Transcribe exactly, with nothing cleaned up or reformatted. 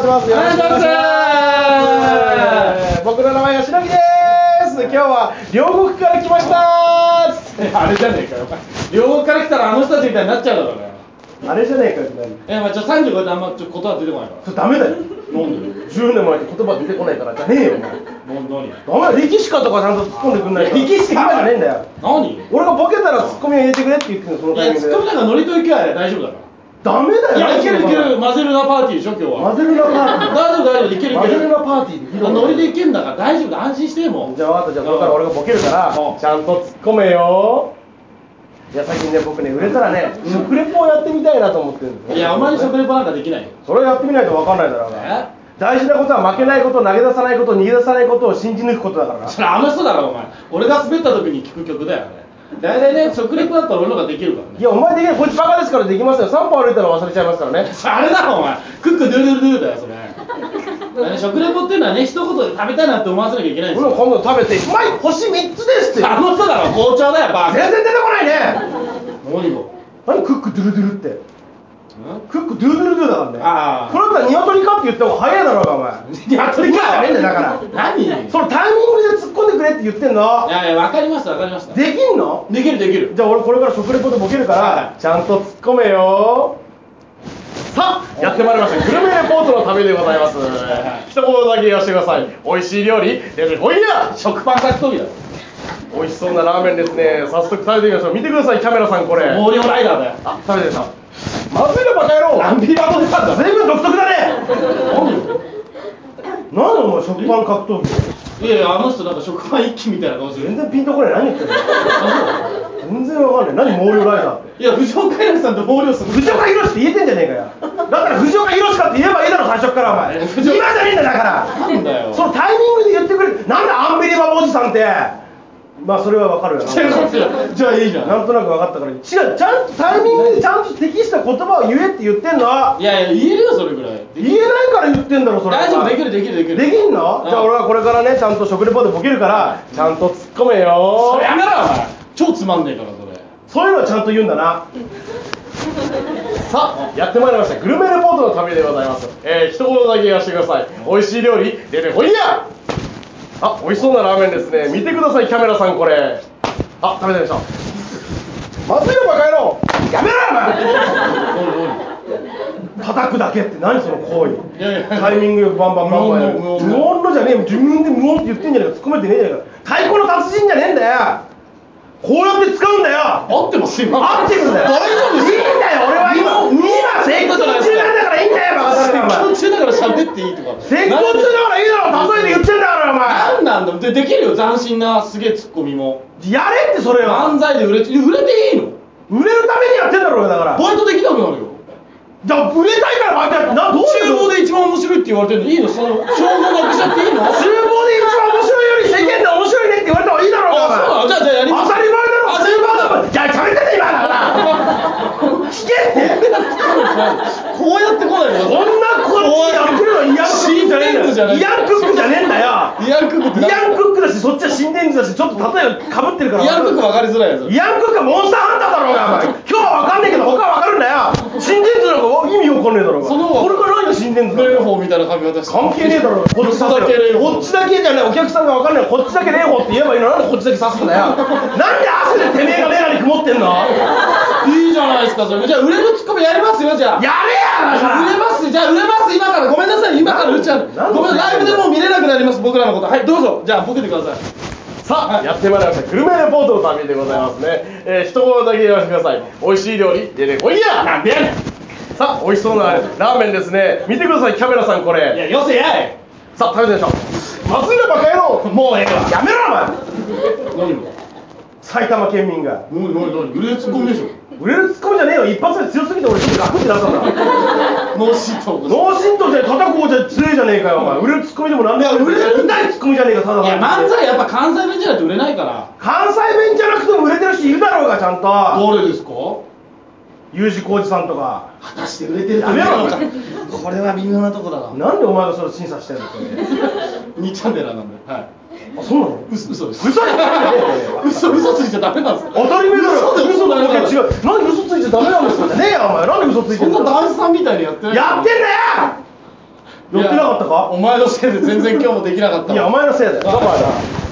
します。よろしくお願いします。僕の名前は白木です。今日は両国から来ました。 あれじゃねえかよ。両国から来たらあの人たちみたいになっちゃうだろうね。 あれじゃねえかよ。 え、まあ、ちょさんじゅうごであんまちょ言葉出てこないから。 それダメだよ。 なんで？ じゅうねんまえって言葉出てこないからじゃねえよ。お前。 何？ ダメだ。力士かとかちゃんと突っ込んでくんないと。 力士かじゃねえんだよ。 何？ 俺がボケたらツッコミを入れてくれって言ってるのそのいや、 タイミングで。 ツッコミなんかノリと勢いは大丈夫だから。 ダメだよ。 いや、いけるいける。混ぜるなパーティーでしょ今日は。 混ぜるなパーティー。 大丈夫大丈夫。いけるいける。 混ぜるなパーティーでノリでいけんだから大丈夫だ。安心してもう。 じゃあ分かった。じゃあこれから俺がボケるからちゃんと突っ込めよ。いや最近ね僕ね売れたらね食レポをやってみたいなと思ってるんですよ。 いやお前に食レポなんかできないよ。 それをやってみないと分かんないだろうが。大事なことは負けないこと、投げ出さないこと、逃げ出さないことを信じ抜くことだからな。 それあの人だろお前。俺が滑った時に聴く曲だよね。大体ね食レポだったら俺のができるからね。 いやお前できない。こいつバカですからできますよ。さんぽ歩いたら忘れちゃいますからね。 あれだろお前。クックドゥルドゥルドゥだよそれ。食レポっていうのはね一言で食べたいなって思わせなきゃいけないんですよ。 俺も今度食べてうまい星みっつですって。 あの人だろ校長だよバカ。 全然出てこないね。 何が？ 何クックドゥルドゥルって。クックドゥードゥルドゥだからね。 ああ。 これだったら鶏かって言った方が早いだろうがお前。鶏かじゃねえんだよだから。 何？ そのタイミングで突っ込んでくれって言ってんの。 いやいや分かりました分かりました。 できんの？ できるできる。 じゃあ俺これから食レポでボケるから、はい、ちゃんと突っ込めよ。さあやってまいりましたグルメレポートの旅でございます。一言だけ言わせてください。美味しい料理出てこいや。 食パン格闘技だろ。 美味しそうなラーメンですね。早速食べてみましょう。見てくださいキャメラさんこれ。 毛量ライダーだよ。 あ食べてみましょう。まずいなバカ野郎。 アンビリバボーなんだ。 随分独特だね。何何お前食パン格闘技。 いやいやあの人なんか食パン一気みたいな顔してる。 全然ピンとこない。何言ってんの。全然わかんない。何毛量ライダーって。 いや藤岡弘さんと毛量する。 藤岡弘って言えてんじゃねえかよ。だから藤岡弘かって言えばいいだろ最初からお前。今じゃねえんだだから。 なんだよ。 そのタイミングで言ってくれ。なんだアンビリバボーおじさんって。まあそれはわかるよな。 じゃあいいじゃん。 なんとなく分かったから。違う、ちゃんとタイミングでちゃんと適した言葉を言えって言ってんの。 いやいや言えるよそれぐらい。 言えないから言ってんだろそれ。 大丈夫できるできるできる。 できんの？じゃあ俺はこれからねちゃんと食レポでボケるからちゃんと突っ込めよ。 それやめろお前。超つまんねえからそれ。 そういうのはちゃんと言うんだな。さあやってまいりましたグルメレポートの旅でございます。えー、一言だけ言わせてください。美味しい料理出てこいや。あ、美味しそうなラーメンですね。見てくださいキャメラさんこれ。あ、食べてみました。まずいよバカ野郎。やめろよお前。叩くだけって何その行為。 いやいやタイミングよくバンバンバンバンやる。無音のじゃねえよ。自分で無音って言ってんじゃねえか。突っ込めてねえじゃねえか。太鼓の達人じゃねえんだよ。こうやって使うんだよ。 合ってます今。 合ってるんだよ。 大丈夫です。 いいんだよ俺は今。今説教中なんだからいいんだよバカ野郎。 説教中だから喋っていいとか。 説教中だからいいだろ。例えて言ってんだからお前。 なんなんだ。でできるよ斬新なすげえツッコミも。 やれってそれは。 漫才で売れて売れていいの？ 売れるためにやってんだろうがだから。 バイトできなくなるよ。 じゃあ売れたいからバイトやってなどういうの？ 厨房で一番面白いって言われてるのいいの？その称号なくしちゃっていいの？ 厨房で一番面白いより世間で面白いねって言われた方がいいだろうが。 あ、そうなの？じゃあじゃあやります。 当たり前だろ。 当たり前だろ。 じゃあ喋ってね今だから聞けってこうやってこないの。 こんなこっちやってるのイヤンクックじゃねえんだよ。イヤンクックじゃねえんだよ。 イヤンクックってイヤンクックだしそっちは心電図だしちょっと例えばかぶってるから。 イヤンクック分かりづらいやつ。 イヤンクックはモンスターハンターだろうがお前。今日は分かんねえけど他は分かるんだよ。心電図なんか意味分かんねえだろうが。 そのこれから何が心電図霊峰みたいな髪型して関係ねえだろうが。こっちだけこっちだけじゃねえ。お客さんが分かんない。こっちだけ霊峰って言えばいいの。なんでこっちだけ刺すんだよ。なんで汗でてめえがメガネ曇ってんの。 いいじゃないですかそれ。じゃあ売れるツッコミやりますよ。じゃあやれやだから売れます。じゃあ売れます今から。ごめんなさい今から売っちゃう。ごめんライブでもう見れなくなります僕らのこと。はいどうぞ。じゃあボケてください。 さあ、はい、やってまいりましたグルメレポートの旅でございますね。えー、一言だけ言わせてください。美味しい料理出てこいや。 なんでやねん。 さあ美味しそうなラーメンですね。見てくださいキャメラさんこれ。 いやよせやい。 さあ食べてみましょう。まずいなバカ野郎。 もうええわ。 やめろお前。 何も埼玉県民が。 何何何売れるツッコミでしょ。 売れるツッコミじゃねえよ。一発で強すぎて俺ちょっとガクってなったんだ。 脳震盪。 脳震盪じゃ片方じゃ強いじゃねえかよお前。売れるツッコミでもなんでも売れるないツッコミじゃねえかただ。 いや漫才やっぱ関西弁じゃないと売れないから。 関西弁じゃなくても売れてる人いるだろうがちゃんと。 誰ですか U字工事さんとか。 果たして売れてるとやめろこれは微妙なとこだな。 なんでお前がそれ審査してんのそれ。 にチャンネルなんで。はい。 あ、そうなの？ 嘘嘘です。 嘘嘘嘘ついちゃダメなんですか。 当たり前だろ。 嘘で嘘だよ。 違う。なんで嘘ついちゃダメなんですかねえよお前。なんで嘘ついてんの。 そんな男子さんみたいにやってない。 やってんだよ。 いお前のせいで全然今日もできなかったわ。 いやお前のせいだよどうもありがとう